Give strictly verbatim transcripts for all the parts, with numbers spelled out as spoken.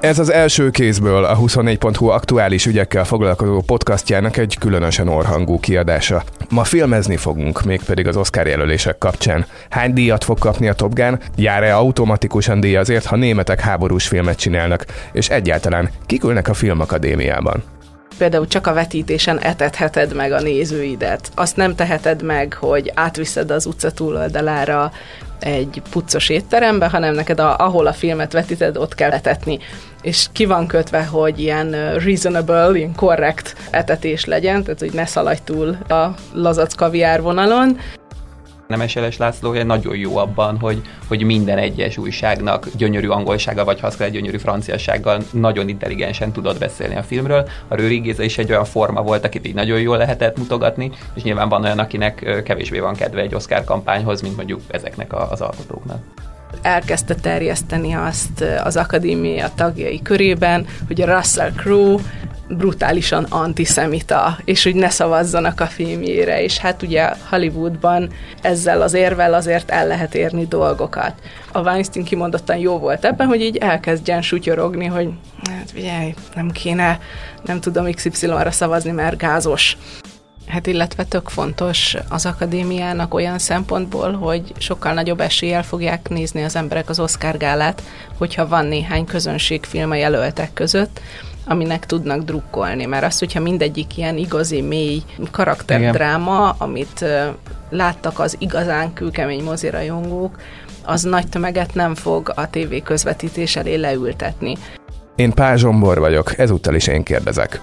Ez az első kézből a huszonnégy pont hu aktuális ügyekkel foglalkozó podcastjának egy különösen orrhangú kiadása. Ma filmezni fogunk, mégpedig az Oscar jelölések kapcsán. Hány díjat fog kapni a Top Gun? Jár-e automatikusan díj azért, ha németek háborús filmet csinálnak? És egyáltalán kik ülnek a Filmakadémiában? Például csak a vetítésen etetheted meg a nézőidet. Azt nem teheted meg, hogy átviszed az utca túloldalára egy puccos étterembe, hanem neked a, ahol a filmet vetíted, ott kell etetni. És ki van kötve, hogy ilyen reasonable, ilyen korrekt etetés legyen, tehát hogy ne szaladj túl a lazac kaviár vonalon. Nemes László nagyon jó abban, hogy, hogy minden egyes újságnak gyönyörű angolsággal, vagy ha azt kell, gyönyörű franciasággal nagyon intelligensen tudod beszélni a filmről. A Rőri Géza is egy olyan forma volt, akit így nagyon jól lehetett mutogatni, és nyilván van olyan, akinek kevésbé van kedve egy Oscar kampányhoz, mint mondjuk ezeknek az alkotóknak. Elkezdte terjeszteni azt az akadémia tagjai körében, hogy a Russell Crowe brutálisan antiszemita, és hogy ne szavazzanak a filmjére, és hát ugye Hollywoodban ezzel az érvel azért el lehet érni dolgokat. A Weinstein kimondottan jó volt ebben, hogy így elkezdjen sutyorogni, hogy hát figyelj, nem kéne, nem tudom iksz ipszilonra szavazni, mert gázos. Hát illetve tök fontos az akadémiának olyan szempontból, hogy sokkal nagyobb eséllyel fogják nézni az emberek az Oscar gálát, hogyha van néhány közönségfilm a jelöltek között, aminek tudnak drukkolni, mert az, hogyha mindegyik ilyen igazi, mély karakterdráma, amit uh, láttak az igazán kőkemény mozirajongók, az nagy tömeget nem fog a tévé közvetítés elé leültetni. Én Pál Zsombor vagyok, ezúttal is én kérdezek.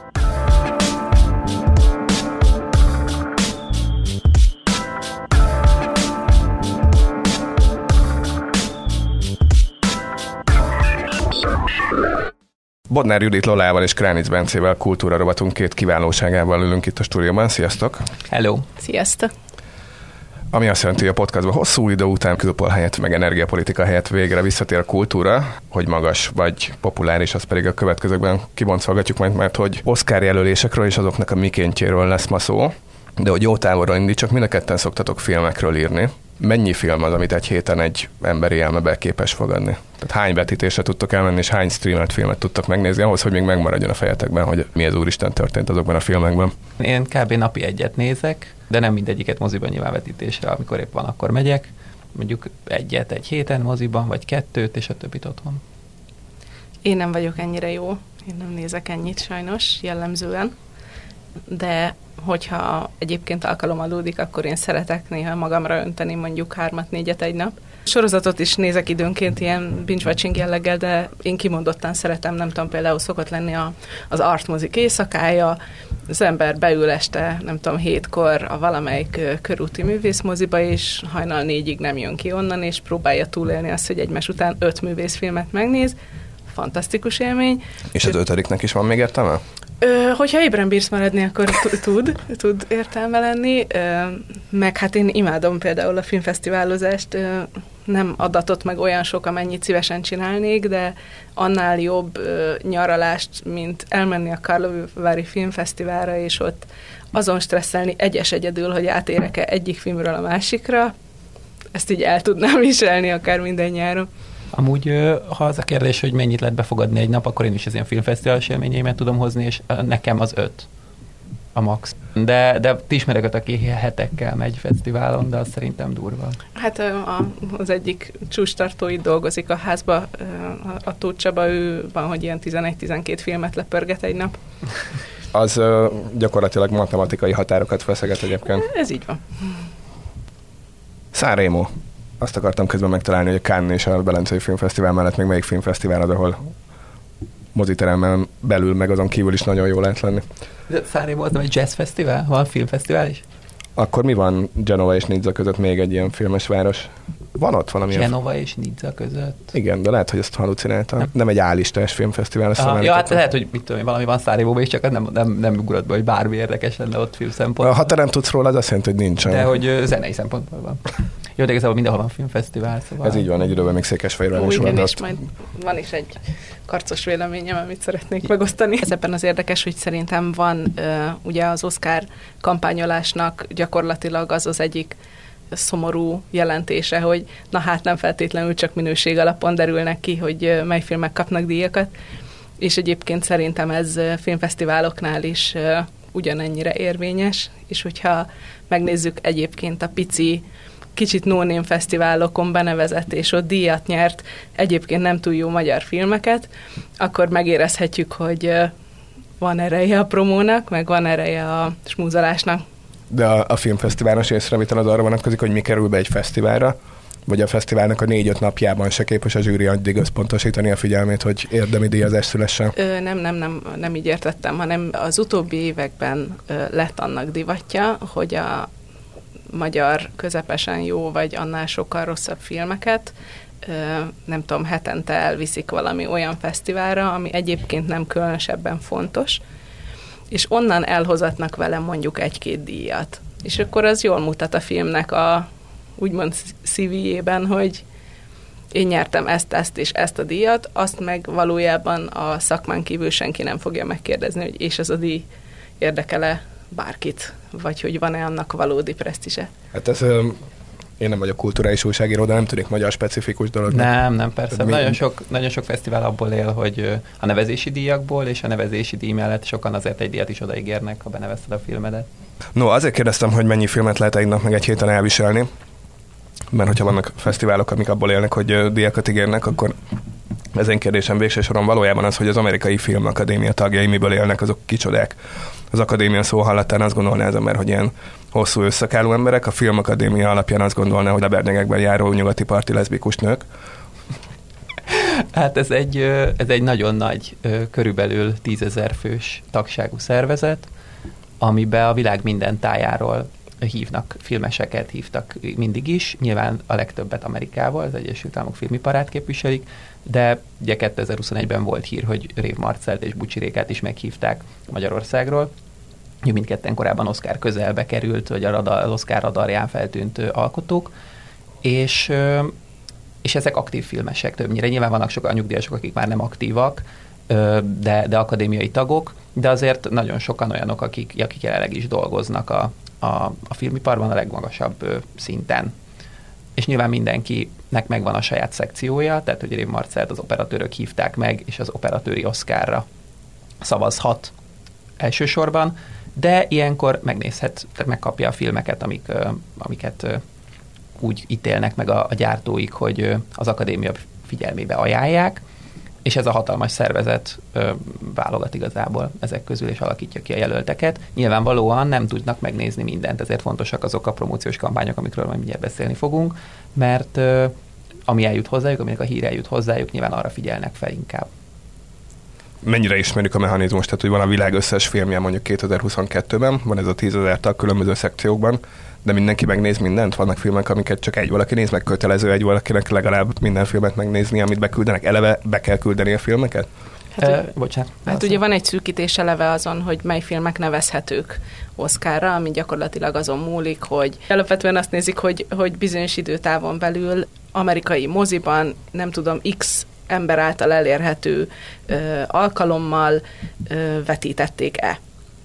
Bodnár Judit Lolával és Kránic Bencével, kultúra rovatunk két kiválóságával ülünk itt a stúdióban. Sziasztok! Hello! Sziasztok! Ami azt jelenti, hogy a podcastban hosszú idő után külpol helyett, meg energiapolitika helyett végre visszatér a kultúra, hogy magas vagy populáris, az pedig a következőkben kiboncolgatjuk majd, mert hogy Oscar jelölésekről és azoknak a mikéntjéről lesz ma szó. De hogy jó távolra indítsak, mind a ketten szoktatok filmekről írni. Mennyi film az, amit egy héten egy emberi elmebe képes fogadni? Tehát hány vetítésre tudtok elmenni, és hány streamelt filmet tudtok megnézni, ahhoz, hogy még megmaradjon a fejetekben, hogy mi az úristen történt azokban a filmekben? Én kb. Napi egyet nézek, de nem mindegyiket moziban nyilván vetítésre, amikor épp van, akkor megyek. Mondjuk egyet egy héten moziban, vagy kettőt, és a többit otthon. Én nem vagyok ennyire jó, én nem nézek ennyit sajnos, jellemzően. De hogyha egyébként alkalom adódik, akkor én szeretek néha magamra önteni mondjuk hármat, négyet egy nap. Sorozatot is nézek időnként ilyen binge-watching jelleggel, de én kimondottan szeretem, nem tudom, például szokott lenni a, az artmozik éjszakája, az ember beül este, nem tudom, hétkor a valamelyik körúti művészmoziba, és hajnal négyig nem jön ki onnan, és próbálja túlélni azt, hogy egymás után öt művészfilmet megnéz. Fantasztikus élmény. És az ötödiknek is van még értelme? Ö, hogyha ébren bírsz maradni, akkor tud, tud értelme lenni, ö, meg hát én imádom például a filmfesztiválozást, ö, nem adatott meg olyan sok, amennyit szívesen csinálnék, de annál jobb ö, nyaralást, mint elmenni a Karlovári Filmfesztiválra, és ott azon stresszelni egyes egyedül, hogy átérek-e egyik filmről a másikra, ezt így el tudnám viselni akár minden nyáron. Amúgy, ha az a kérdés, hogy mennyit lehet befogadni egy nap, akkor én is az ilyen filmfesztiválos élményeimet tudom hozni, és nekem az öt a max. De, de ti ismerek, aki hetekkel megy fesztiválon, de az szerintem durva. Hát a, az egyik csúcstartó itt dolgozik a házba, a, a Tóth Csaba, ő van, hogy ilyen tizenegy-tizenkét filmet lepörget egy nap. Az uh, gyakorlatilag matematikai határokat feszeget egyébként. Ez így van. Sanremo. Azt akartam közben megtalálni, hogy a Cannes és a Velencei Filmfesztivál mellett még melyik filmfesztivál az, ahol moziteremben belül, meg azon kívül is nagyon jól lehet lenni. De Sanremo az nem egy jazzfesztivál? Van filmfesztivál is? Akkor mi van Genova és Nizza között még egy ilyen filmes város? Van ott valami? Genova és Nizza között? Igen, de lehet, hogy ezt halucináltam. Nem, nem egy állistás filmfesztivál. Ah, ja, hát lehet, hogy mit tudom, valami van Sanremóban is, csak nem, nem, nem ugrott be, hogy bármi érdekes lenne ott film szempontból. Ha te nem tudsz róla, az azt jelenti, hogy nincsen. De hogy zenei szempontból van. Jó, de igazából mindenhol van filmfesztivál, szóval... Ez így van, egy időben még Székesfehérváron is van. És majd van is egy karcos véleményem, amit szeretnék megosztani. Ez ebben az érdekes, hogy szerintem van uh, ugye az Oscar kampányolásnak gyakorlatilag az az egyik szomorú jelentése, hogy na hát nem feltétlenül csak minőség alapon derülnek ki, hogy uh, mely filmek kapnak díjakat. és egyébként szerintem ez filmfesztiváloknál is ugyanennyire érvényes, és hogyha megnézzük egyébként a pici, kicsit no-name fesztiválokon benevezett, és ott díjat nyert egyébként nem túl jó magyar filmeket, akkor megérezhetjük, hogy van ereje a promónak, meg van ereje a smúzolásnak. De a, a filmfesztiválos észrevétel az arra vonatkozik, hogy mi kerül be egy fesztiválra, vagy a fesztiválnak a négy-öt napjában se képes a zsűri addig összpontosítani a figyelmét, hogy érdemi díjazás szülessen? Ö, nem, nem, nem, nem így értettem, hanem az utóbbi években ö, lett annak divatja, hogy a magyar közepesen jó, vagy annál sokkal rosszabb filmeket, ö, nem tudom, hetente elviszik valami olyan fesztiválra, ami egyébként nem különösebben fontos, és onnan elhozatnak vele mondjuk egy-két díjat. És akkor az jól mutat a filmnek a úgymond szívéjében, hogy én nyertem ezt, ezt és ezt a díjat, azt meg valójában a szakmán kívül senki nem fogja megkérdezni, hogy és ez a díj érdekele bárkit, vagy hogy van-e annak valódi presztízse. Hát ez, én nem vagyok kulturális újságíró, de nem tűnik magyar specifikus dolog. Nem, nem, persze. Nagyon sok, nagyon sok fesztivál abból él, hogy a nevezési díjakból, és a nevezési díj mellett sokan azért egy díjat is odaígérnek, ha benevezted a filmedet. No, azért kérdeztem, hogy mennyi filmet lehet egy nap meg egy héten elviselni, mert hogyha vannak fesztiválok, amik abból élnek, hogy díjakat ígérnek, akkor ez én kérdésem végső soron valójában az, hogy az amerikai filmakadémia tagjai miből élnek, azok kicsodák. Az akadémia szó hallatán azt gondolná az ember, hogy ilyen hosszú összekálló emberek, a filmakadémia alapján azt gondolná, hogy lebernyegekben járó nyugati parti leszbikus nők. Hát ez egy, ez egy nagyon nagy, körülbelül tízezer fős tagságú szervezet, amiben a világ minden tájáról hívnak filmeseket, hívtak mindig is, nyilván a legtöbbet Amerikával, az Egyesült Államok filmiparát képviselik, de ugye kétezer-huszonegyben volt hír, hogy Rév Marcellt és Bucsi Rékát is meghívták Magyarországról. Mindketten korábban Oscar közelbe került, vagy az Oscar radarján feltűnt alkotók, és, és ezek aktív filmesek többnyire. Nyilván vannak sokan nyugdíjasok, akik már nem aktívak, de, de akadémiai tagok, de azért nagyon sokan olyanok, akik, akik jelenleg is dolgoznak a, a, a filmiparban a legmagasabb ö, szinten. És nyilván mindenkinek megvan a saját szekciója, tehát hogy Rév Marcellt az operatőrök hívták meg, és az operatőri Oscarra szavazhat elsősorban, de ilyenkor megnézhet, tehát megkapja a filmeket, amik, ö, amiket ö, úgy ítélnek meg a, a gyártóik, hogy ö, az akadémia figyelmébe ajánlják, és ez a hatalmas szervezet ö, válogat igazából ezek közül, és alakítja ki a jelölteket. Nyilvánvalóan nem tudnak megnézni mindent, ezért fontosak azok a promóciós kampányok, amikről majd mindjárt beszélni fogunk, mert ö, ami eljut hozzájuk, aminek a hír eljut hozzájuk, nyilván arra figyelnek fel inkább. Mennyire ismerjük a mechanizmust, tehát hogy van a világ összes filmje mondjuk kétezer-huszonkettőben, van ez a tízezer tag különböző szekciókban, de mindenki megnéz mindent? Vannak filmek, amiket csak egy valaki néz, meg kötelező egy valakinek legalább minden filmet megnézni, amit beküldenek? Eleve be kell küldeni a filmeket? Hát, uh, bocsánat. Hát ugye van egy szűkítés eleve azon, hogy mely filmek nevezhetők Oscarra, ami gyakorlatilag azon múlik, hogy alapvetően azt nézik, hogy, hogy bizonyos időtávon belül amerikai moziban, nem tudom, X ember által elérhető ö, alkalommal ö, vetítették-e.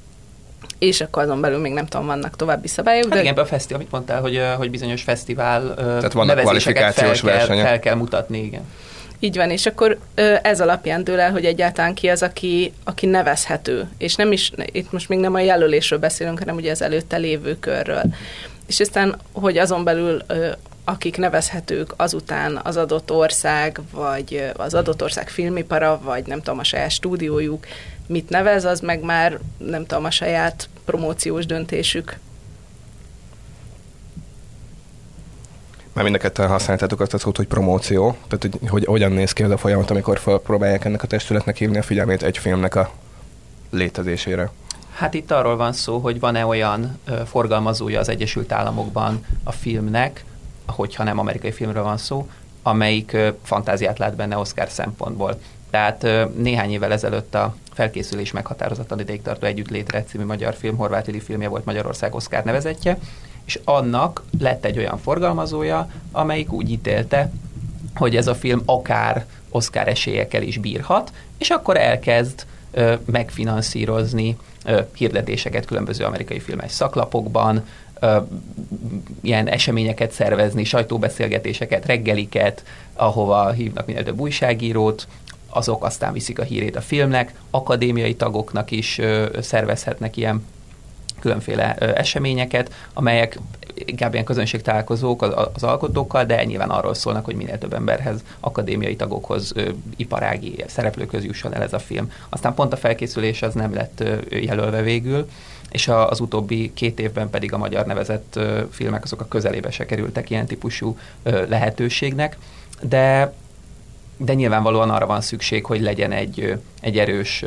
És akkor azon belül még nem tudom, vannak további szabályok. Hát de... igen, a fesztivál, amit mondtál, hogy, hogy bizonyos fesztivál tehát vannak kvalifikációs fel versenyek. Kell, fel kell mutatni, igen. Így van, és akkor ez alapján dől el, hogy egyáltalán ki az, aki, aki nevezhető. És nem is, itt most még nem a jelölésről beszélünk, hanem ugye az előtte lévő körről. És aztán, hogy azon belül akik nevezhetők, azután az adott ország, vagy az adott ország filmipara, vagy nem tudom, a saját stúdiójuk mit nevez, az meg már nem tudom, a saját promóciós döntésük. Már mind a ketten használtátok azt a szót, hogy promóció, tehát hogy, hogy hogyan néz ki ez a folyamat, amikor próbálják ennek a testületnek hívni a figyelmét egy filmnek a létezésére. Hát itt arról van szó, hogy van-e olyan ö, forgalmazója az Egyesült Államokban a filmnek, hogyha nem amerikai filmről van szó, amelyik ö, fantáziát lát benne Oscar szempontból. Tehát ö, néhány évvel ezelőtt a Felkészülés meghatározatlan ideig tartó együttlétre című magyar film, Horváth Ily filmje volt Magyarország Oscar nevezettje, és annak lett egy olyan forgalmazója, amelyik úgy ítélte, hogy ez a film akár Oscar esélyekkel is bírhat, és akkor elkezd ö, megfinanszírozni ö, hirdetéseket különböző amerikai filmes szaklapokban, ö, ilyen eseményeket szervezni, sajtóbeszélgetéseket, reggeliket, ahova hívnak minél több újságírót, azok aztán viszik a hírét a filmnek, akadémiai tagoknak is szervezhetnek ilyen különféle eseményeket, amelyek inkább ilyen közönségtalálkozók az, az alkotókkal, de nyilván arról szólnak, hogy minél több emberhez, akadémiai tagokhoz, iparági szereplőkhöz jusson el ez a film. Aztán pont a felkészülés az nem lett jelölve végül, és az utóbbi két évben pedig a magyar nevezett filmek azok a közelébe se kerültek ilyen típusú lehetőségnek, de, de nyilvánvalóan arra van szükség, hogy legyen egy, egy erős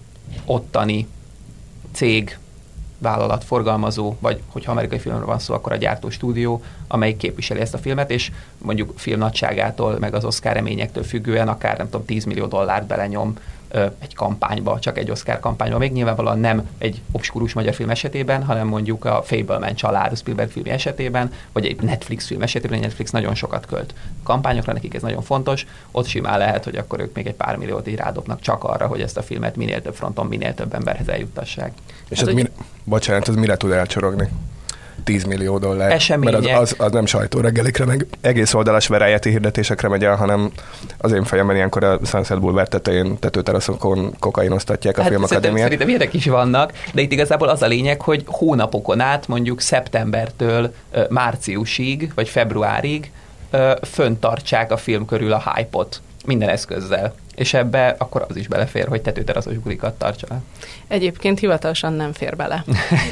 ottani cég, vállalat, forgalmazó, vagy hogyha amerikai filmről van szó, akkor a gyártó stúdió, amelyik képviseli ezt a filmet, és mondjuk film nagyságától, meg az Oscar reményektől függően akár, nem tudom, tíz millió dollárt belenyom ö, egy kampányba, csak egy Oscar kampányba. Még nyilvánvalóan nem egy obskurus magyar film esetében, hanem mondjuk a Fableman család, a Spielberg film esetében, vagy egy Netflix film esetében, egy Netflix nagyon sokat költ kampányokra, nekik ez nagyon fontos. Ott simán lehet, hogy akkor ők még egy pár milliót így rádobnak csak arra, hogy ezt a filmet minél több fronton, minél több emberhez eljuttassák. És hát, ez mi, bocsánat, ez mire tud elcsorogni? tíz millió dollár. Események. Mert az, az, az nem sajtóreggelikre, meg egész oldalas verájeti hirdetésekre megy el, hanem az én fejemben ilyenkor a Sunset Boulevard tetején tetőteraszokon kokainoztatják a hát filmakadémiát. Szerintem ilyenek is vannak, de itt igazából az a lényeg, hogy hónapokon át, mondjuk szeptembertől uh, márciusig, vagy februárig uh, föntartsák a film körül a hype-ot minden eszközzel. És ebbe akkor az is belefér, hogy tetőteraszos bulikat tartsanak. Egyébként hivatalosan nem fér bele.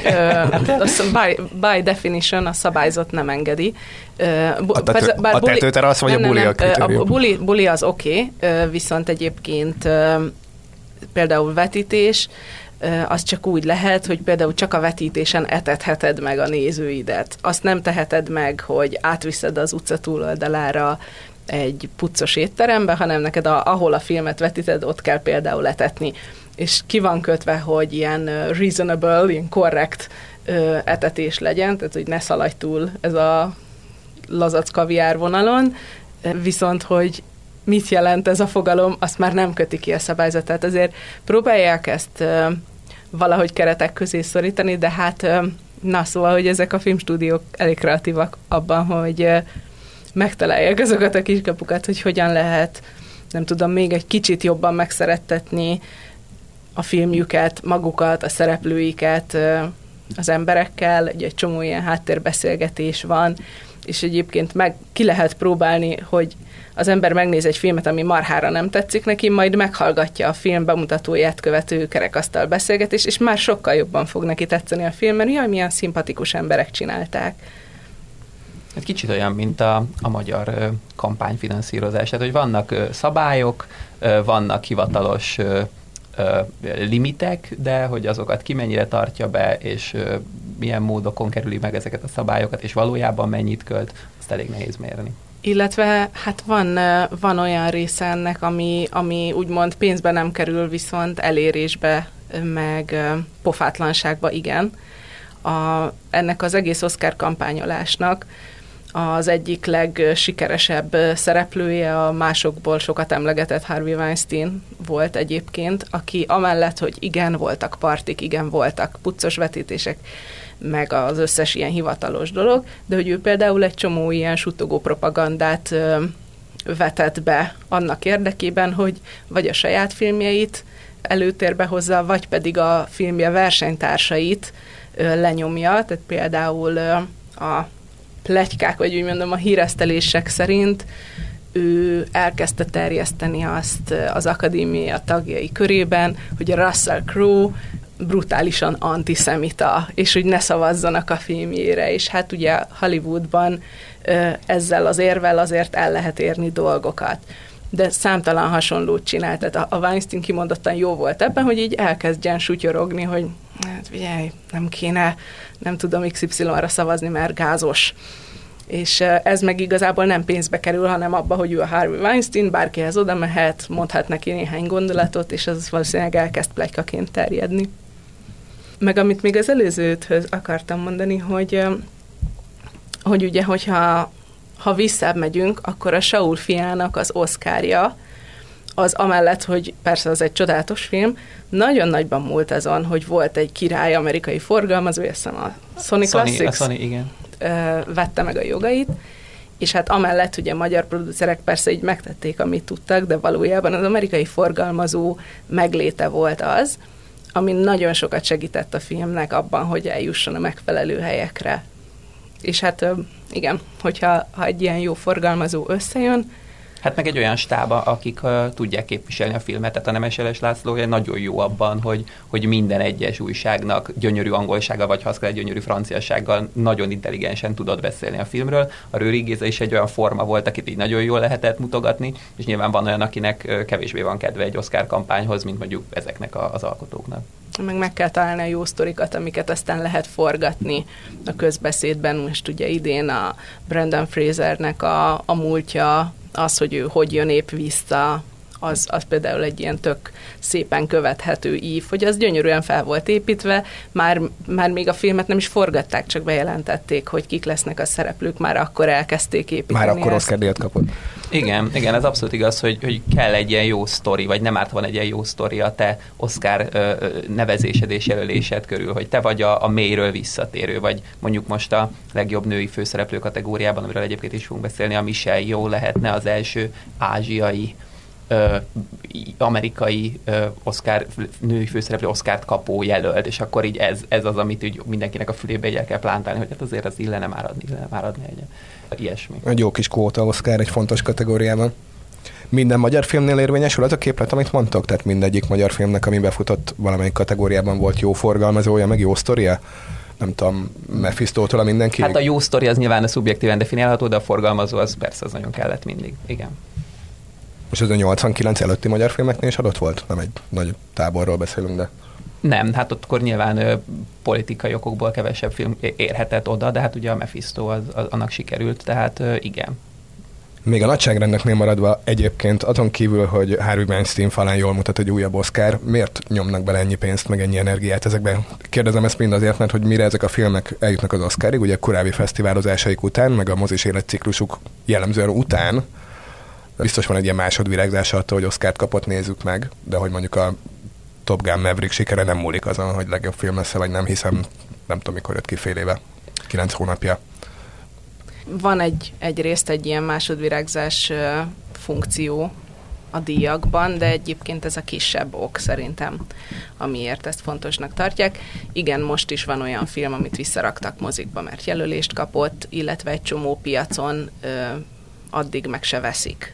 Ö, by, by definition a szabályzat nem engedi. Ö, bu, a tető, persze, a tetőterasz vagy nem, a buli nem, a kritérium? A buli, buli az oké, okay, viszont egyébként ö, például vetítés, az csak úgy lehet, hogy például csak a vetítésen etetheted meg a nézőidet. Azt nem teheted meg, hogy átviszed az utca túloldalára egy puccos étterembe, hanem neked a, ahol a filmet vetíted, ott kell például etetni. És ki van kötve, hogy ilyen uh, reasonable, ilyen korrekt uh, etetés legyen, tehát hogy ne szaladj túl ez a lazac kaviár vonalon, viszont hogy mit jelent ez a fogalom, azt már nem köti ki a szabályzat. Tehát azért próbálják ezt uh, valahogy keretek közé szorítani, de hát uh, na szóval, hogy ezek a filmstúdiók elég kreatívak abban, hogy uh, megtalálják azokat a kiskapukat, hogy hogyan lehet, nem tudom, még egy kicsit jobban megszerettetni a filmjüket, magukat, a szereplőiket az emberekkel, egy, egy csomó ilyen háttérbeszélgetés van, és egyébként meg ki lehet próbálni, hogy az ember megnéz egy filmet, ami marhára nem tetszik neki, majd meghallgatja a film bemutatóját követő kerekasztal beszélgetést, és már sokkal jobban fog neki tetszeni a film, mert jaj, milyen szimpatikus emberek csinálták. Ez kicsit olyan, mint a, a magyar ö, kampányfinanszírozás. Tehát, hogy vannak ö, szabályok, ö, vannak hivatalos ö, ö, limitek, de hogy azokat ki mennyire tartja be, és ö, milyen módokon kerüli meg ezeket a szabályokat, és valójában mennyit költ, azt elég nehéz mérni. Illetve hát van, van olyan része ennek, ami, ami úgymond pénzbe nem kerül, viszont elérésbe, meg pofátlanságba igen. A, ennek az egész Oscar kampányolásnak az egyik legsikeresebb szereplője a másokból sokat emlegetett Harvey Weinstein volt egyébként, aki amellett, hogy igen, voltak partik, igen, voltak puccos vetítések, meg az összes ilyen hivatalos dolog, de hogy ő például egy csomó ilyen suttogó propagandát ö, vetett be annak érdekében, hogy vagy a saját filmjeit előtérbe hozza, vagy pedig a filmje versenytársait ö, lenyomja, tehát például ö, a pletykák, vagy úgy mondom, a híresztelések szerint ő elkezdte terjeszteni azt az akadémia tagjai körében, hogy a Russell Crowe brutálisan antiszemita, és hogy ne szavazzanak a filmjére, és hát ugye Hollywoodban ezzel az érvel azért el lehet érni dolgokat. De számtalan hasonlót csinált. Tehát a Weinstein kimondottan jó volt ebben, hogy így elkezdjen sutyorogni, hogy hát figyelj, nem kéne, nem tudom iksz ipszilonra szavazni, mert gázos. És ez meg igazából nem pénzbe kerül, hanem abba, hogy ő a Harvey Weinstein, bárkihez oda mehet, mondhat neki néhány gondolatot, és az valószínűleg elkezd pletykaként terjedni. Meg amit még az előzőthöz akartam mondani, hogy, hogy ugye, hogyha ha visszább megyünk, akkor a Saul fiának az Oscarja, az amellett, hogy persze az egy csodálatos film, nagyon nagyban múlt azon, hogy volt egy király amerikai forgalmazó, azt hiszem a Sony, Sony Classics, a Sony, igen. vette meg a jogait, És hát amellett ugye magyar producerek persze így megtették, amit tudtak, de valójában az amerikai forgalmazó megléte volt az, ami nagyon sokat segített a filmnek abban, hogy eljusson a megfelelő helyekre. És hát igen, hogyha ha egy ilyen jó forgalmazó összejön, hát meg egy olyan stába, akik uh, tudják képviselni a filmet, tehát a Nemes László nagyon jó abban, hogy, hogy minden egyes újságnak gyönyörű angolsággal, vagy ha azt kell, gyönyörű franciasággal nagyon intelligensen tudod beszélni a filmről. A Rőri Géza is egy olyan forma volt, akit így nagyon jól lehetett mutogatni, és nyilván van olyan, akinek kevésbé van kedve egy Oscar kampányhoz, mint mondjuk ezeknek a, az alkotóknak. Meg meg kell találni a jó sztorikat, amiket aztán lehet forgatni a közbeszédben. Most ugye idén a Brendan Frasernek a, a múltja, az, hogy ő hogy jön épp vissza, az, az például egy ilyen tök szépen követhető ív, hogy az gyönyörűen fel volt építve, már, már még a filmet nem is forgatták, csak bejelentették, hogy kik lesznek a szereplők, már akkor elkezdték építeni. Már akkor Oscar-díjat kapott. Igen, igen, ez abszolút igaz, hogy, hogy kell egy ilyen jó sztori, vagy nem árt van egy ilyen jó sztori a te Oscar ö, nevezésed és jelölésed körül, hogy te vagy a, a mélyről visszatérő, vagy mondjuk most a legjobb női főszereplő kategóriában, amiről egyébként is fogunk beszélni, a Michelle Yeoh lehetne az első ázsiai Ö, amerikai ö, Oscar, női főszereplő Oscart kapó jelölt, és akkor így ez, ez az, amit úgy mindenkinek a fülébe így kell plántálni, hogy hát azért az illene már adni, illene már adni egy ilyesmi. Egy jó kis kvóta Oscar egy fontos kategóriában. Minden magyar filmnél érvényesül az a képlet, amit mondtok? Tehát mindegyik magyar filmnek, ami befutott valamelyik kategóriában volt jó forgalmazója, meg jó sztoria? Nem tudom, Mephistótól a mindenki? Hát a jó sztori az nyilván a szubjektíven definiálható, de a forgalmazó az persze az nagyon kellett mindig. Igen. És ez a nyolcvankilenc előtti magyar filmeknél is adott volt? Nem egy nagy táborról beszélünk, de... Nem, hát ott akkor nyilván ö, politikai okokból kevesebb film érhetett oda, de hát ugye a Mephisto az, az, annak sikerült, tehát ö, igen. Még a nagyságrendeknél maradva egyébként azon kívül, hogy Harvey Weinstein falán jól mutat egy újabb Oscar, miért nyomnak bele ennyi pénzt, meg ennyi energiát ezekbe? Kérdezem ezt mind azért, mert hogy mire ezek a filmek eljutnak az Oscarig, ugye korábbi fesztiválozásaik után, meg a mozis életciklusuk jellemzően után, biztos van egy ilyen másodvirágzása attól, hogy Oscart kapott, nézzük meg, de hogy mondjuk a Top Gun Maverick sikere nem múlik azon, hogy legjobb film lesz-e, vagy nem, hiszem, nem tudom, mikor jött ki, fél éve, kilenc hónapja. Van egy, egyrészt egy ilyen másodvirágzás uh, funkció a díjakban, de egyébként ez a kisebb ok szerintem, amiért ezt fontosnak tartják. Igen, most is van olyan film, amit visszaraktak mozikba, mert jelölést kapott, illetve egy csomó piacon uh, addig meg se veszik.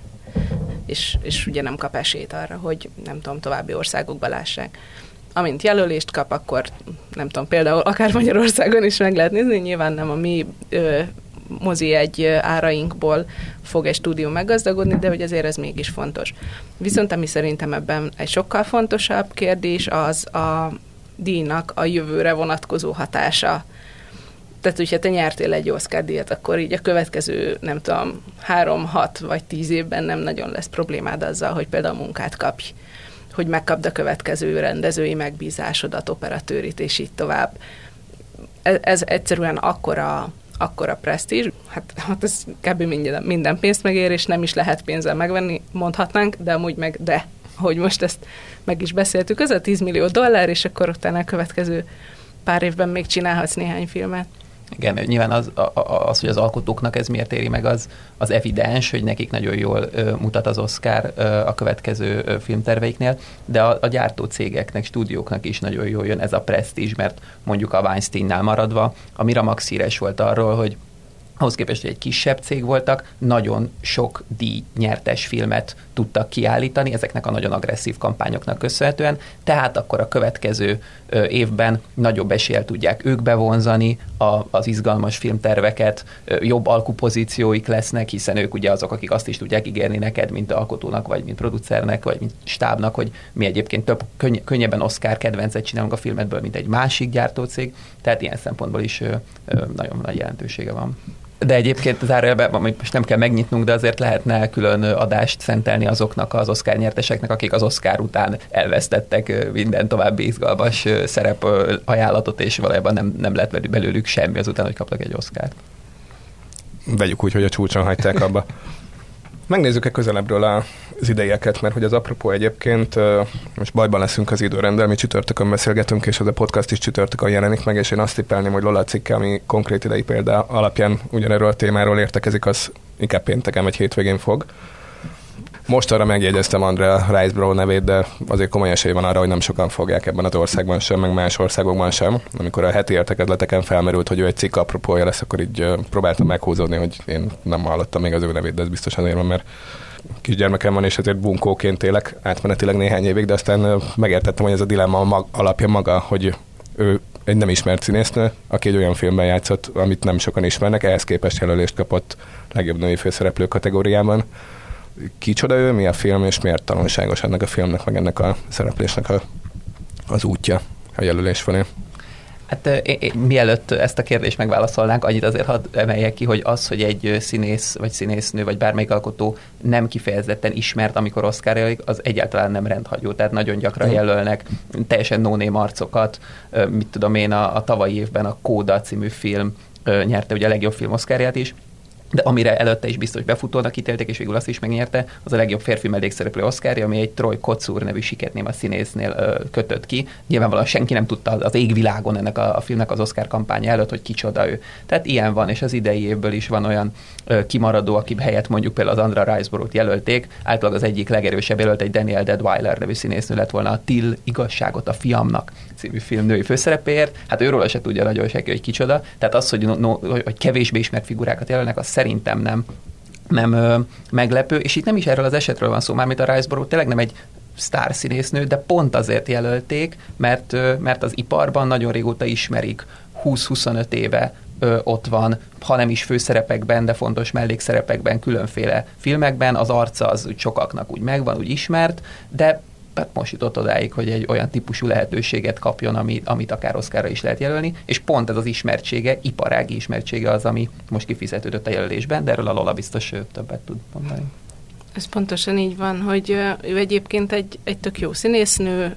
És, és ugye nem kap esélyt arra, hogy nem tudom, további országokba lássák. Amint jelölést kap, akkor nem tudom, például akár Magyarországon is meg lehet nézni, nyilván nem a mi ö, mozi egy árainkból fog egy stúdió meggazdagodni, de hogy azért ez mégis fontos. Viszont ami szerintem ebben egy sokkal fontosabb kérdés, az a díjnak a jövőre vonatkozó hatása. Tehát, hogyha te nyertél egy Oscar-díjat, akkor így a következő, nem tudom, három, hat vagy tíz évben nem nagyon lesz problémád azzal, hogy például munkát kapj, hogy megkapd a következő rendezői megbízásodat, operatőrit, és így tovább. Ez, ez egyszerűen akkora, akkora presztízs, hát, hát ez kb. minden, minden pénzt megér, és nem is lehet pénzzel megvenni, mondhatnánk, de amúgy meg de, hogy most ezt meg is beszéltük, ez a tíz millió dollár, és akkor utána a következő pár évben még csinálhatsz néhány filmet. Igen, nyilván az, az, hogy az alkotóknak ez miért éri meg, az, az evidens, hogy nekik nagyon jól ö, mutat az Oscar ö, a következő ö, filmterveiknél, de a, a gyártó cégeknek, stúdióknak is nagyon jól jön ez a presztízs, mert mondjuk a Weinsteinnál maradva, a Miramax híres volt arról, hogy ahhoz képest, hogy egy kisebb cég voltak, nagyon sok díjnyertes filmet tudtak kiállítani ezeknek a nagyon agresszív kampányoknak köszönhetően, tehát akkor a következő ö, évben nagyobb eséllyel tudják ők bevonzani a, az izgalmas filmterveket, ö, jobb alkupozícióik lesznek, hiszen ők ugye azok, akik azt is tudják ígérni neked, mint alkotónak, vagy mint producernek, vagy mint stábnak, hogy mi egyébként több könny- könnyebben Oscar kedvencet csinálunk a filmedből, mint egy másik gyártócég, tehát ilyen szempontból is ö, ö, nagyon nagy jelentősége van. De egyébként zárójelben, most nem kell megnyitnunk, de azért lehetne külön adást szentelni azoknak az Oscar nyerteseknek, akik az Oscar után elvesztettek minden további izgalmas szerep ajánlatot, és valójában nem, nem lett belőlük semmi azután, hogy kaptak egy Oscart. Vegyük úgy, hogy a csúcson hagyták abba. Megnézzük-e közelebbről az idejeket, mert hogy az apropó egyébként, most bajban leszünk az időrenddel, mi csütörtökön beszélgetünk, és az a podcast is csütörtökön jelenik meg, és én azt tippelném, hogy Lola cikke, ami konkrét idei példa alapján ugyanerről a témáról értekezik, az inkább pénteken vagy hétvégén fog. Most arra megjegyeztem Andrea Riseborough nevét, de azért komoly esély van arra, hogy nem sokan fogják ebben az országban sem, meg más országokban sem. Amikor a heti értekezleteken felmerült, hogy ő egy cikk apropója lesz, akkor így próbáltam meghúzódni, hogy én nem hallottam még az ő nevét, de ez biztos azért van, mert kisgyermekem van, és ezért bunkóként élek átmenetileg néhány évig, de aztán megértettem, hogy ez a dilemma mag- alapja maga, hogy ő egy nem ismert színésznő, aki egy olyan filmben játszott, amit nem sokan ismernek, ehhez képest jelölést kapott legjobb női főszereplő kategóriában. Kicsoda ő, mi a film, és miért tanulságos ennek a filmnek, meg ennek a szereplésnek a, az útja a jelölés felé? Hát én, én, mielőtt ezt a kérdést megválaszolnánk, annyit azért hadd emeljek ki, hogy az, hogy egy színész, vagy színésznő, vagy bármelyik alkotó nem kifejezetten ismert, amikor Oscar-jelenik, az egyáltalán nem rendhagyó. Tehát nagyon gyakran jelölnek teljesen no-name arcokat. Mit tudom én, a, a tavalyi évben a Kóda című film nyerte ugye a legjobb film Oscarját is, de amire előtte is biztos befutónak ítélték, és végül azt is megnyerte, az a legjobb férfi mellékszereplő Oscarja, ami egy Troy Kotsur nevű siketném a színésznél ö, kötött ki. Nyilvánvalóan senki nem tudta az égvilágon ennek a, a filmnek az Oscar kampánya előtt, hogy kicsoda ő. Tehát ilyen van, és az idei évből is van olyan ö, kimaradó, aki helyett mondjuk például az Andrea Riseborough-t jelölték, általában az egyik legerősebb jelölt egy Danielle Deadwyler nevű színésznő lett volna a Till igazságot a fiamnak című film női főszerepéért. Hát őről se tudja nagyon senki, hogy kicsoda. Tehát az, hogy, no, no, hogy kevésbé ismert figurákat jelölnek, az szerintem nem, nem ö, meglepő, és itt nem is erről az esetről van szó, mármint a Riseborough tényleg nem egy sztár színésznő, de pont azért jelölték, mert, ö, mert az iparban nagyon régóta ismerik, húsz-huszonöt éve ö, ott van, ha nem is főszerepekben, de fontos mellékszerepekben, különféle filmekben, az arca az úgy sokaknak úgy megvan, úgy ismert, de hát most jutott odáig, hogy egy olyan típusú lehetőséget kapjon, amit, amit akár Oscarra is lehet jelölni, és pont ez az ismertsége, iparági ismertsége az, ami most kifizetődött a jelölésben, de erről a Lola biztos többet tud mondani. Ez pontosan így van, hogy ő egyébként egy, egy tök jó színésznő,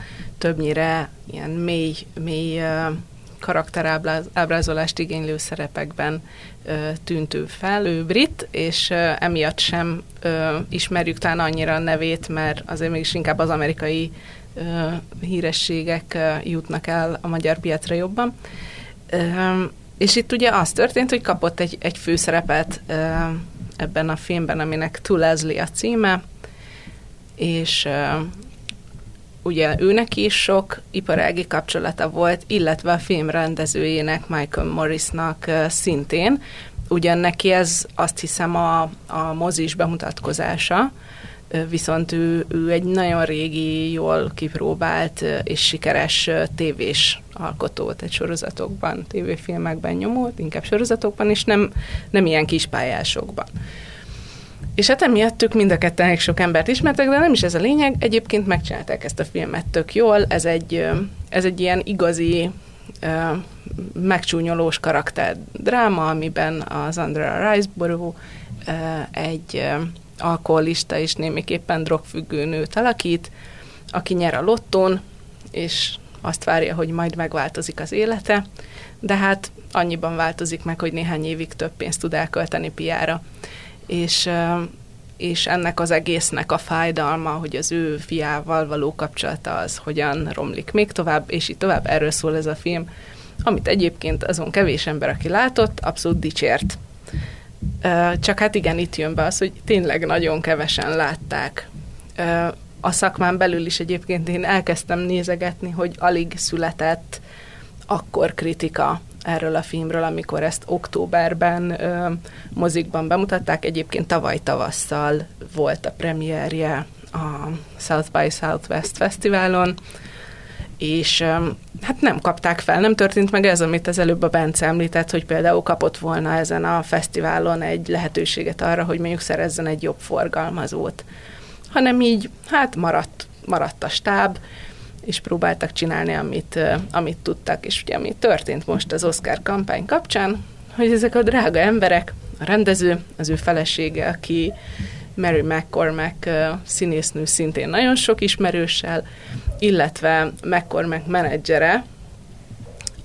többnyire ilyen mély, mély karakterábrázolást igénylő szerepekben tűnt ő fel, ő brit, és emiatt sem ismerjük talán annyira a nevét, mert azért mégis inkább az amerikai hírességek jutnak el a magyar piacra jobban. És itt ugye az történt, hogy kapott egy, egy főszerepet ebben a filmben, aminek To Leslie a címe, és ugye őnek is sok iparági kapcsolata volt, illetve a film rendezőjének, Michael Morrisnak szintén. Ugyan neki ez azt hiszem a, a mozis bemutatkozása, viszont ő, ő egy nagyon régi, jól kipróbált és sikeres tévés alkotó, egy sorozatokban, tévéfilmekben nyomult, inkább sorozatokban, és nem, nem ilyen kispályásokban. És hát emiatt ők mind a ketten elég sok embert ismertek, de nem is ez a lényeg. Egyébként megcsinálták ezt a filmet tök jól. Ez egy, ez egy ilyen igazi, megcsúnyolós karakter dráma, amiben az Andrea Riseborough egy alkoholista és némiképpen drogfüggő nőt alakít, aki nyer a lottón, és azt várja, hogy majd megváltozik az élete, de hát annyiban változik meg, hogy néhány évig több pénzt tud elkölteni piára. És, és ennek az egésznek a fájdalma, hogy az ő fiával való kapcsolata az hogyan romlik még tovább, és így tovább, erről szól ez a film, amit egyébként azon kevés ember, aki látott, abszolút dicsért. Csak hát igen, itt jön be az, hogy tényleg nagyon kevesen látták. A szakmán belül is egyébként én elkezdtem nézegetni, hogy alig született akkor kritika erről a filmről, amikor ezt októberben ö, mozikban bemutatták. Egyébként tavaly tavasszal volt a premierje a South by Southwest Fesztiválon, és ö, hát nem kapták fel, nem történt meg ez, amit az előbb a Bence említett, hogy például kapott volna ezen a fesztiválon egy lehetőséget arra, hogy mondjuk szerezzen egy jobb forgalmazót. Hanem így, hát maradt, maradt a stáb, és próbáltak csinálni, amit, amit tudtak, és ugye ami történt most az Oscar kampány kapcsán, hogy ezek a drága emberek, a rendező, az ő felesége, aki Mary McCormack színésznő szintén nagyon sok ismerőssel, illetve McCormack menedzsere,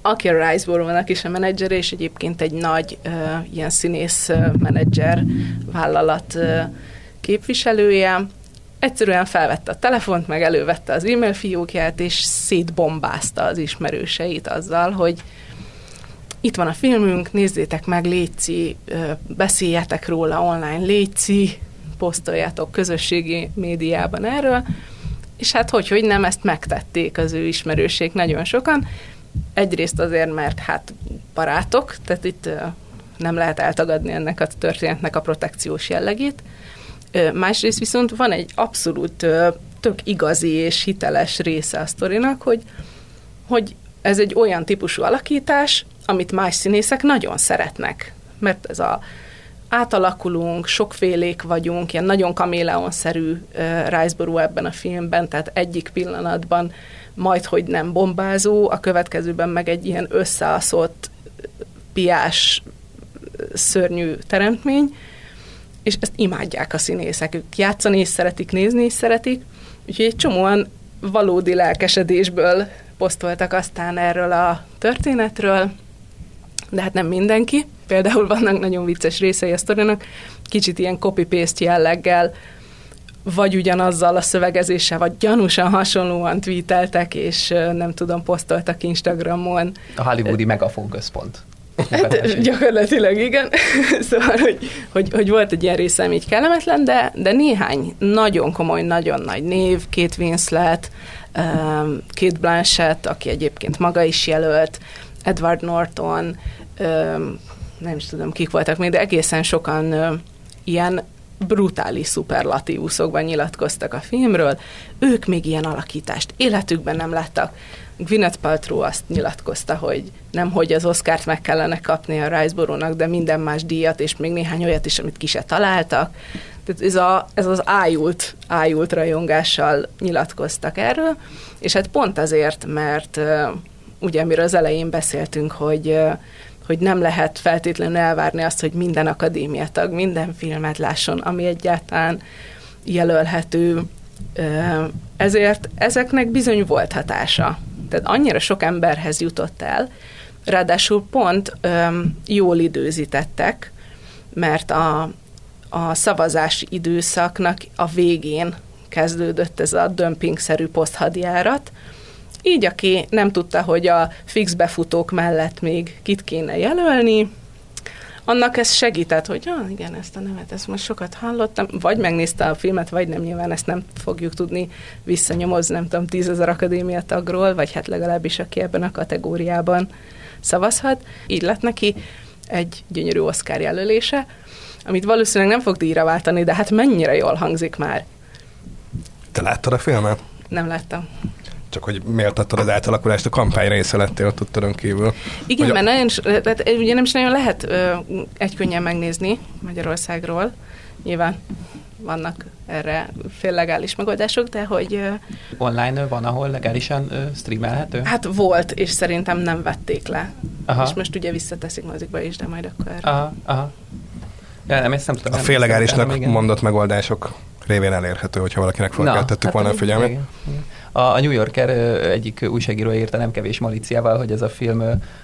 aki a Riseborough-nak is a menedzsere, és egyébként egy nagy uh, ilyen színész uh, menedzser vállalat uh, képviselője, egyszerűen felvette a telefont, meg elővette az e-mail fiókját, és szétbombázta az ismerőseit azzal, hogy itt van a filmünk, nézzétek meg, létszi, beszéljetek róla online, létszi, posztoljátok közösségi médiában erről, és hát hogy, hogy nem, ezt megtették az ő ismerőség nagyon sokan. Egyrészt azért, mert hát barátok, tehát itt nem lehet eltagadni ennek a történetnek a protekciós jellegét. Másrészt viszont van egy abszolút tök igazi és hiteles része a sztorinak, hogy, hogy ez egy olyan típusú alakítás, amit más színészek nagyon szeretnek. Mert ez a átalakulunk, sokfélék vagyunk, ilyen nagyon kaméleonszerű uh, Riseborough ebben a filmben, tehát egyik pillanatban majdhogy nem bombázó, a következőben meg egy ilyen összeaszott, piás, szörnyű teremtmény, és ezt imádják a színészek. Ők játszani is szeretik, nézni is szeretik, úgyhogy egy csomóan valódi lelkesedésből posztoltak aztán erről a történetről, de hát nem mindenki. Például vannak nagyon vicces részei a sztorinak, kicsit ilyen copy-paste jelleggel, vagy ugyanazzal a szövegezéssel, vagy gyanúsan hasonlóan tweeteltek, és nem tudom, posztoltak Instagramon. A hollywoodi Megafon központ. Hát, gyakorlatilag igen. Szóval, hogy, hogy, hogy volt egy ilyen része, ami így kellemetlen, de, de néhány nagyon komoly, nagyon nagy név, Kate Winslet, Kate Blanchett, aki egyébként maga is jelölt, Edward Norton, nem is tudom, kik voltak még, de egészen sokan ilyen brutális szuperlatívuszokban nyilatkoztak a filmről. Ők még ilyen alakítást életükben nem láttak. Gwyneth Paltrow azt nyilatkozta, hogy nem, hogy az Oscart meg kellene kapni a Riseborough-nak, de minden más díjat, és még néhány olyat is, amit ki se találtak. Tehát ez, a, ez az ájult, ájult rajongással nyilatkoztak erről, és hát pont azért, mert uh, ugye, amiről az elején beszéltünk, hogy, uh, hogy nem lehet feltétlenül elvárni azt, hogy minden akadémiatag minden filmet lásson, ami egyáltalán jelölhető. Uh, ezért ezeknek bizony volt hatása. Tehát annyira sok emberhez jutott el, ráadásul pont um, jól időzítettek, mert a, a szavazási időszaknak a végén kezdődött ez a dömpingszerű poszthadjárat, így aki nem tudta, hogy a fix befutók mellett még kit kéne jelölni, annak ez segített, hogy ah, igen, ezt a nevet, ezt most sokat hallottam, vagy megnézte a filmet, vagy nem, nyilván ezt nem fogjuk tudni visszanyomozni, nem tudom, tízezer akadémia tagról, vagy hát legalábbis aki ebben a kategóriában szavazhat. Így lett neki egy gyönyörű Oscar jelölése, amit valószínűleg nem fog díjra váltani, de hát mennyire jól hangzik már. Te láttad a filmet? Nem láttam. Csak hogy méltattad az átalakulást, a kampány része lettél tudtadon kívül. Igen, hogy mert nagyon, tehát ugye nem is nagyon lehet ö, egykönnyen megnézni Magyarországról. Nyilván vannak erre féllegális megoldások, de hogy... Ö, online van, ahol legálisan ö, streamelhető? Hát volt, és szerintem nem vették le. Aha. És most ugye visszateszik mozikba is, de majd akkor... Aha, aha. Ja, nem, ezt nem tudom. A féllegálisnak mondott megoldások révén elérhető, hogyha valakinek felkeltettük hát volna a figyelmet. Igen, igen. A, a New Yorker egyik újságíró írta nem kevés malíciával, hogy ez a film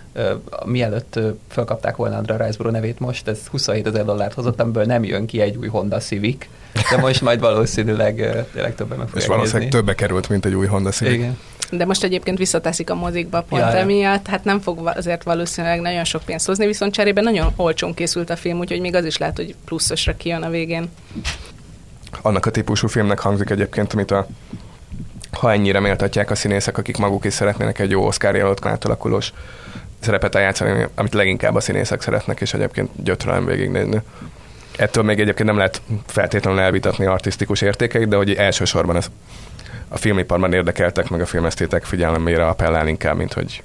mielőtt felkapták volna a Riseborough nevét most, ez huszonhét ezer dollárt hozott, amiből nem jön ki egy új Honda Civic, de most majd valószínűleg tényleg többen meg fogják nézni. És valószínűleg többe került, mint egy új Honda Civic. Igen. De most egyébként visszateszik a mozikba pont ja, emiatt, hát nem fog azért valószínűleg nagyon sok pénzt hozni, viszont cserében nagyon olcsón készült a film, úgyhogy még az is lehet, hogy pluszosra kijön a végén. Annak a típusú filmnek hangzik egyébként, amit a ha ennyire méltatják a színészek, akik maguk is szeretnének egy jó Oscar jelölt átalakulós szerepet eljátszani, amit leginkább a színészek szeretnek, és egyébként gyötrelem végignézni. Ettől még egyébként nem lehet feltétlenül elvitatni artisztikus értékeit, de hogy elsősorban ez a filmiparban érdekeltek, meg a filmesztétek figyelemére appellál inkább, mint hogy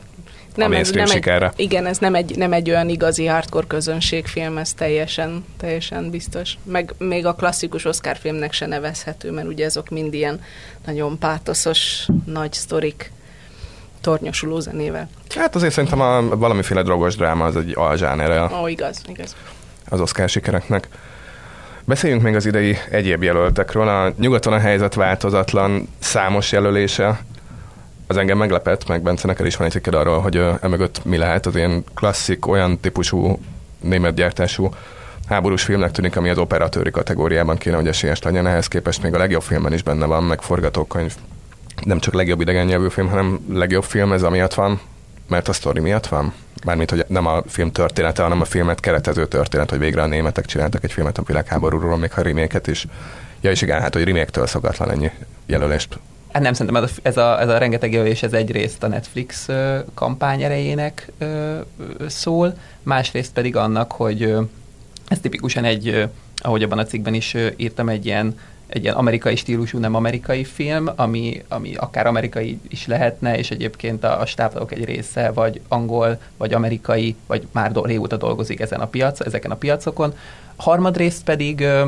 a nem, ez, nem sikerre. Egy, igen, ez nem egy, nem egy olyan igazi hardcore közönségfilm, ez teljesen, teljesen biztos. Meg még a klasszikus Oscar filmnek se nevezhető, mert ugye azok mind ilyen nagyon pátoszos, nagy sztorik, tornyosuló zenével. Hát azért szerintem a valamiféle drogos dráma az egy alzsánere. Ó, igaz, igaz. Az Oscar sikereknek. Beszéljünk még az idei egyéb jelöltekről. A nyugaton a helyzet változatlan, számos jelölése az engem meglepett, meg Bence, neked is van egy cikked arról, hogy emögött mi lehet, az ilyen klasszik, olyan típusú német gyártású háborús filmnek tűnik, ami az operatőri kategóriában kéne, hogy esélyes legyen. Ehhez képest még a legjobb filmben is benne van, meg forgatókönyv. Nem csak legjobb idegen nyelvű film, hanem legjobb film, ez amiatt van, mert a sztori miatt van. Mármint, hogy nem a film története, hanem a filmet keretező történet, hogy végre a németek csináltak egy filmet a világháborúról, még ha remake-et is. Ja, és igen, hát, hogy remake-től szokatlan ennyi jelölést. Hát nem, szerintem ez a, ez a, ez a rengeteg jelölés, ez egyrészt a Netflix uh, kampány erejének uh, szól, másrészt pedig annak, hogy uh, ez tipikusan egy, uh, ahogy abban a cikkben is uh, írtam, egy ilyen, egy ilyen amerikai stílusú, nem amerikai film, ami, ami akár amerikai is lehetne, és egyébként a, a stábtagok egy része vagy angol, vagy amerikai, vagy már do, régóta dolgozik ezen a piac, ezeken a piacokon. Harmadrészt pedig uh,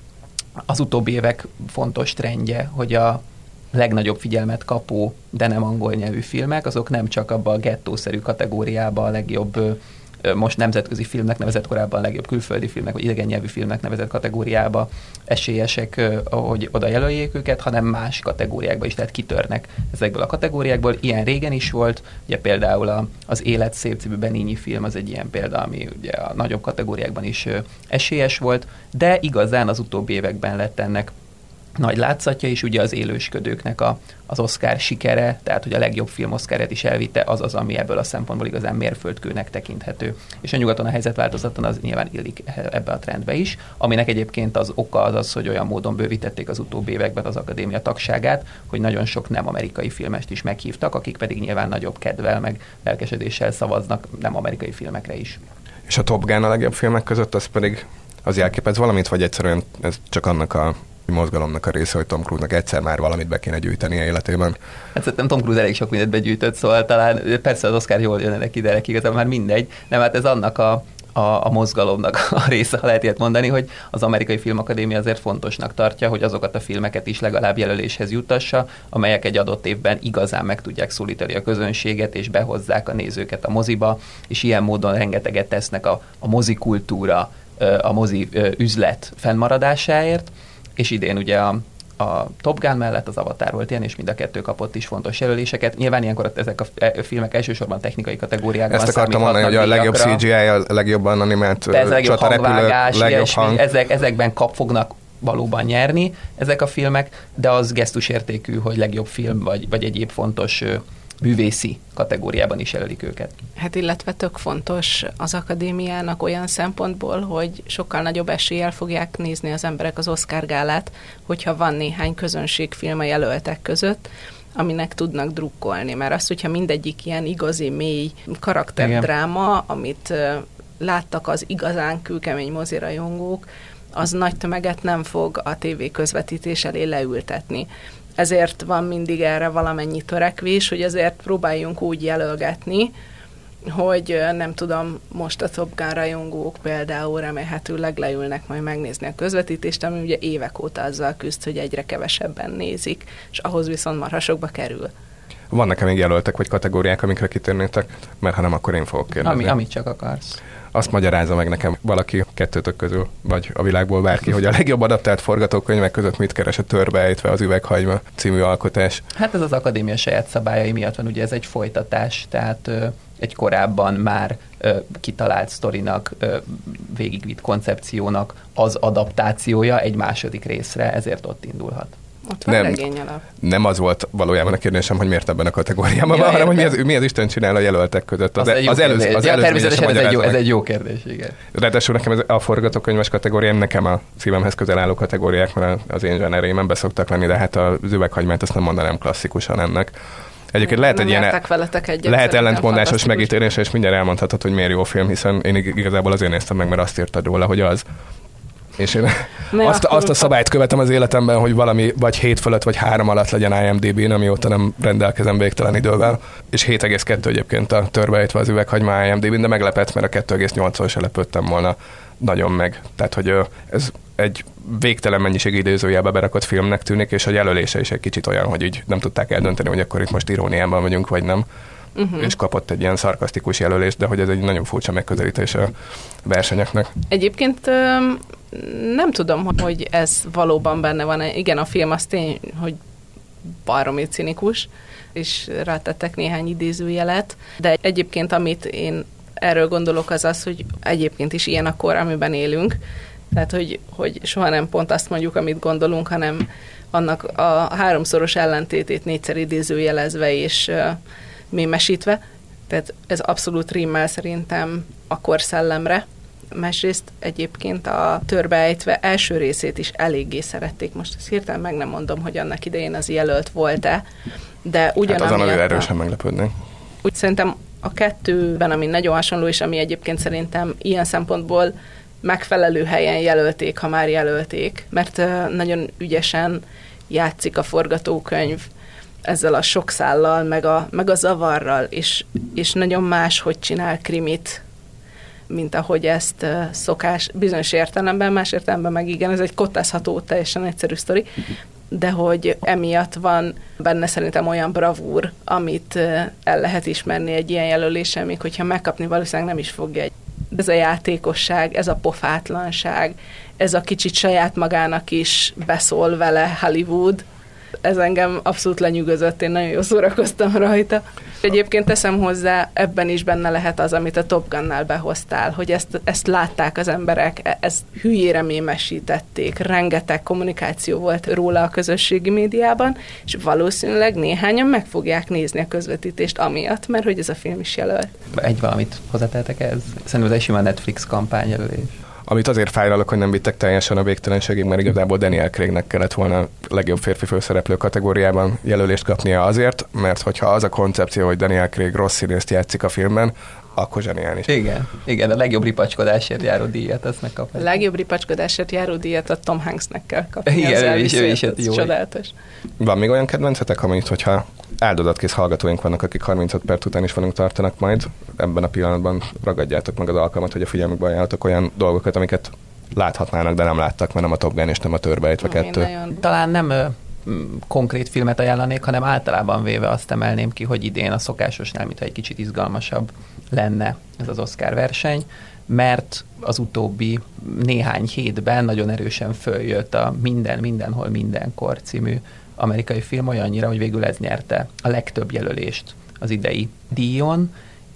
az utóbbi évek fontos trendje, hogy a legnagyobb figyelmet kapó, de nem angol nyelvű filmek, azok nem csak abba a gettószerű kategóriába a legjobb, most nemzetközi filmnek nevezett, korábban a legjobb külföldi filmnek, vagy idegen nyelvű filmnek nevezett kategóriába esélyesek, hogy oda jelöljék őket, hanem más kategóriákba is, tehát kitörnek ezekből a kategóriákból. Ilyen régen is volt, ugye például a, az Élet szép című Benigni film, az egy ilyen példa, ami ugye a nagyobb kategóriákban is esélyes volt, de igazán az utóbbi években lett ennek nagy látszatja, és ugye az Élősködőknek a, az Oscar sikere, tehát hogy a legjobb film Oscaret is elvitte, az az, ami ebből a szempontból igazán mérföldkőnek tekinthető. És a nyugaton a helyzet változatlan az nyilván illik ebbe a trendbe is, aminek egyébként az oka az az, hogy olyan módon bővítették az utóbbi években az akadémia tagságát, hogy nagyon sok nem amerikai filmest is meghívtak, akik pedig nyilván nagyobb kedvel meg lelkesedéssel szavaznak nem amerikai filmekre is. És a Top Gun a legjobb filmek között, az pedig az jelképez valamit, vagy egyszerűen ez csak annak a mozgalomnak a része, hogy Tom Cruise-nak egyszer már valamit be kéne gyűjteni életében. Hát szerintem Tom Cruise elég sok mindent begyűjtött, szóval talán persze az Oscar jól jön neki, de neki igazából már mindegy. Nem, hát ez annak a, a, a mozgalomnak a része, ha lehet ilyet mondani, hogy az Amerikai Filmakadémia azért fontosnak tartja, hogy azokat a filmeket is legalább jelöléshez juttassa, amelyek egy adott évben igazán meg tudják szólítani a közönséget, és behozzák a nézőket a moziba, és ilyen módon rengeteget tesznek a, a mozikultúra, a mozi üzlet fennmaradásáért, és idén ugye a, a Top Gun mellett az Avatar volt ilyen, és mind a kettő kapott is fontos jelöléseket. Nyilván ilyenkor ezek a filmek elsősorban technikai kategóriákban ezt akartam mondani, hogy a legjobb cé gé í, a legjobban animált csatarepülő, legjobb hang. Ezek, ezekben kap fognak valóban nyerni ezek a filmek, de az gesztusértékű, hogy legjobb film, vagy, vagy egyéb fontos művészi kategóriában is jelölik őket. Hát illetve tök fontos az akadémiának olyan szempontból, hogy sokkal nagyobb eséllyel fogják nézni az emberek az Oscar gálát, hogyha van néhány közönségfilm a jelöltek között, aminek tudnak drukkolni. Mert az, hogyha mindegyik ilyen igazi, mély karakterdráma, amit uh, láttak az igazán kőkemény mozirajongók, az nagy tömeget nem fog a tévé közvetítés elé leültetni. Ezért van mindig erre valamennyi törekvés, hogy azért próbáljunk úgy jelölgetni, hogy nem tudom, most a Top Gun rajongók például remélhetőleg leülnek majd megnézni a közvetítést, ami ugye évek óta azzal küzd, hogy egyre kevesebben nézik, és ahhoz viszont marhasokba kerül. Van nekem még jelöltek vagy kategóriák, amikre kitérnétek? Mert ha nem, akkor én fogok kérdezni. Ami, amit csak akarsz. Azt magyarázza meg nekem valaki kettőtök közül, vagy a világból bárki, hogy a legjobb adaptált forgatókönyvek között mit keres a Törbeejtve az üveghagyma című alkotás. Hát ez az akadémia saját szabályai miatt van, ugye ez egy folytatás, tehát ö, egy korábban már ö, kitalált sztorinak, ö, végigvitt koncepciónak az adaptációja egy második részre, ezért ott indulhat. Ott van nem, regényalap. Nem az volt valójában a kérdésem, hogy miért ebben a kategóriában ja, van, hanem hogy mi az, mi az Isten csinál a jelöltek között. Az, az, az előző, az ja, természetesen ez egy, jó, ez egy jó kérdés, igen. Ráadásul nekem ez a forgatókönyves kategóriám nekem a szívemhez közel álló kategóriák, mert az én zsenereimben beszoktak lenni, de hát az üveghagymát azt nem mondanám klasszikusan ennek. Egyébként lehet egy ilyen, lehet ellentmondásos megítélés, és mindjárt elmondhatod, hogy miért jó film, hiszen én igazából azért néztem meg, mert azt írtad róla, hogy az. És én azt, azt a szabályt követem az életemben, hogy valami vagy hét fölött, vagy három alatt legyen i em dé bén, amióta nem rendelkezem végtelen idővel. És hét egész kettő egyébként a Törbeejtve az üveghagyma i em dé bén, de meglepett, mert a kettő egész nyolccal se lepődtem volna nagyon meg. Tehát, hogy ez egy végtelen mennyiségű idézőjelbe berakott filmnek tűnik, és a jelölése is egy kicsit olyan, hogy így nem tudták eldönteni, hogy akkor itt most iróniában vagyunk, vagy nem. Uh-huh. És kapott egy ilyen szarkasztikus jelölést, de hogy ez egy nagyon furcsa megközelítés a versenyeknek. Egyébként nem tudom, hogy ez valóban benne van. Igen, a film az tény, hogy baromi cinikus, és rátettek néhány idézőjelet, de egyébként amit én erről gondolok az az, hogy egyébként is ilyen a kor, amiben élünk, tehát hogy, hogy soha nem pont azt mondjuk, amit gondolunk, hanem annak a háromszoros ellentétét négyszer idézőjelezve és uh, mémesítve, tehát ez abszolút rímmel szerintem a korszellemre. Másrészt egyébként a Törbeejtve első részét is eléggé szerették. Most ezt hirtelen meg nem mondom, hogy annak idején az jelölt volt-e, de ugyanamiatt... Hát azon nagyon erősen meglepődnénk. Úgy szerintem a kettőben, ami nagyon hasonló, és ami egyébként szerintem ilyen szempontból megfelelő helyen jelölték, ha már jelölték, mert nagyon ügyesen játszik a forgatókönyv ezzel a sok szállal, meg a, meg a zavarral, és, és nagyon más, hogy csinál krimit, mint ahogy ezt szokás bizonyos értelemben, más értelemben meg igen, ez egy kottázható, teljesen egyszerű sztori, de hogy emiatt van benne szerintem olyan bravúr, amit el lehet ismerni egy ilyen jelölésen, még hogyha megkapni valószínűleg nem is fogja. Ez a játékosság, ez a pofátlanság, ez a kicsit saját magának is beszól vele Hollywood, ez engem abszolút lenyűgözött, én nagyon jól szórakoztam rajta. Egyébként teszem hozzá, ebben is benne lehet az, amit a Top Gunnál behoztál, hogy ezt, ezt látták az emberek, ezt hülyére mémesítették, rengeteg kommunikáció volt róla a közösségi médiában, és valószínűleg néhányan meg fogják nézni a közvetítést amiatt, mert hogy ez a film is jelölt. Egy valamit hozzáteltek ez? Szerintem ez egy sima Netflix kampányjelölés. Amit azért fájlalok, hogy nem vittek teljesen a végtelenségig, mert igazából Daniel Craignek kellett volna a legjobb férfi főszereplő kategóriában jelölést kapnia azért, mert hogyha az a koncepció, hogy Daniel Craig rossz színészt játszik a filmben, akkor zseniális. Igen, igen, a legjobb ripacskodásért járó díjat, azt megkapja. A legjobb ripacskodásért járó díjat a Tom Hanksnek kell kapni. Igen, ő is, ő is, ez jó. Csodálatos. Van még olyan kedvencetek, amit, hogyha áldozatkész hallgatóink vannak, akik harmincöt perc után is velünk tartanak majd, ebben a pillanatban ragadjátok meg az alkalmat, hogy a figyelmükbe ajánlatok olyan dolgokat, amiket láthatnának, de nem láttak, mert nem a Top Gun és nem a Törbeejtve kettő. Nagyon... Talán nem ö, konkrét filmet ajánlanék, hanem általában véve azt emelném ki, hogy idén a szokásosnál, mintha egy kicsit izgalmasabb lenne ez az Oscar verseny, mert az utóbbi néhány hétben nagyon erősen följött a Minden, Mindenhol, Mindenkor című amerikai film olyannyira, hogy végül ez nyerte a legtöbb jelölést az idei díjon,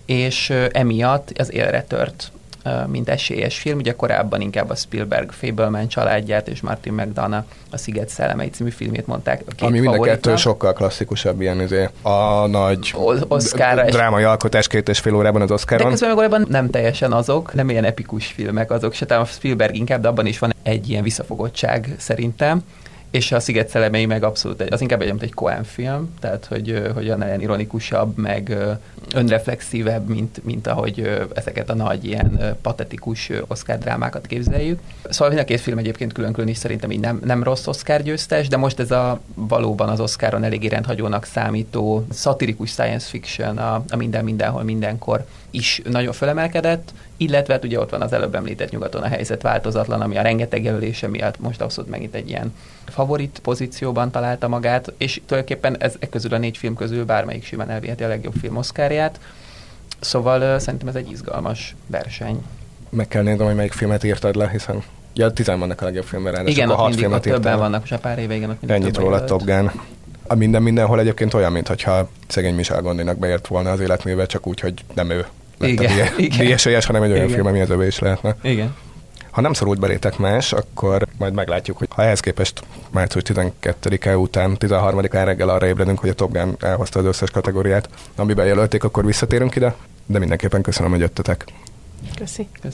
és emiatt az élre tört, mint esélyes film. Ugye korábban inkább a Spielberg Fableman családját és Martin McDonagh a Sziget szellemei című filmét mondták. Ami mind a kettő sokkal klasszikusabb ilyen izé, a nagy Oscar drámai alkotás két és fél órában az Oscaron. De közben meg valójában nem teljesen azok, nem ilyen epikus filmek azok, se talán a Spielberg inkább, de abban is van egy ilyen visszafogottság szerintem. És a Sziget szellemei meg abszolút, egy, az inkább egy, egy Coen film, tehát hogy, hogy olyan ironikusabb, meg önreflexívebb, mint, mint ahogy ezeket a nagy ilyen patetikus Oscar drámákat képzeljük. Szóval mind a két film egyébként külön-külön is szerintem így nem, nem rossz Oscar győztes, de most ez a valóban az Oscaron eléggé rendhagyónak számító szatirikus science fiction, a, a Minden, Mindenhol, Mindenkor is nagyon fölemelkedett, illetve hát ugye ott van az előbb említett Nyugaton a helyzet változatlan, ami a rengeteg jelölése miatt most abszolút megint egy ilyen favorit pozícióban találta magát, és tulajdonképpen ez e közül a négy film közül bármelyik simán elviheti a legjobb film Oscarját. Szóval uh, szerintem ez egy izgalmas verseny. Meg kell néznem, hogy melyik filmet írtad le, hiszen ja, tizen vannak a legjobb filmben rá, de igen, csak a hat mindig, filmet többen írtam. vannak, most a pár éve, igen, ott mindig ennyit róla Top Gun. A Minden, Mindenhol egyébként olyan, mintha szegény Michel Gondinak beért volna az életműve, csak úgy, hogy nem ő lett igen, a díjesélyes, hanem egy olyan igen. film, ami az övé is lehetne. Igen. Ha nem szorult belétek más, akkor majd meglátjuk, hogy ha ehhez képest március tizenkettedike után, tizenharmadikán reggel arra ébredünk, hogy a Top Gun elhozta az összes kategóriát, amiben jelölték, akkor visszatérünk ide, de mindenképpen köszönöm, hogy jöttetek. Köszi. Köszi.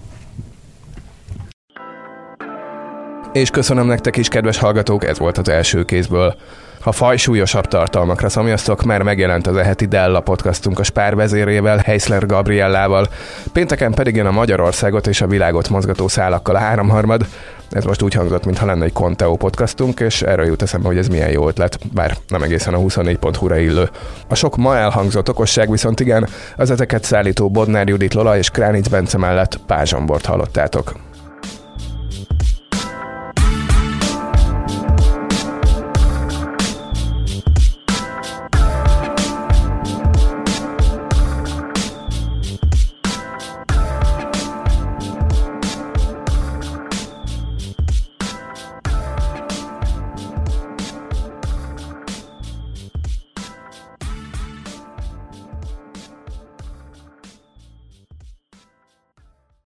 És köszönöm nektek is, kedves hallgatók, ez volt az első kézből. Ha fajsúlyosabb tartalmakra szomjaztok, már megjelent az eheti Della podcastunk a Spár vezérével, Heisler Gabriellával. Pénteken pedig jön a Magyarországot és a világot mozgató szálakkal a háromharmad. Ez most úgy hangzott, mintha lenne egy Conteo podcastunk, és erről jut eszembe, hogy ez milyen jó ötlet, bár nem egészen a huszonnégy pont hu-ra illő. A sok ma elhangzott okosság viszont igen, az ezeket szállító Bodnár Judit Lola és Kránic Bence mellett Pázs Zsombort hallottátok.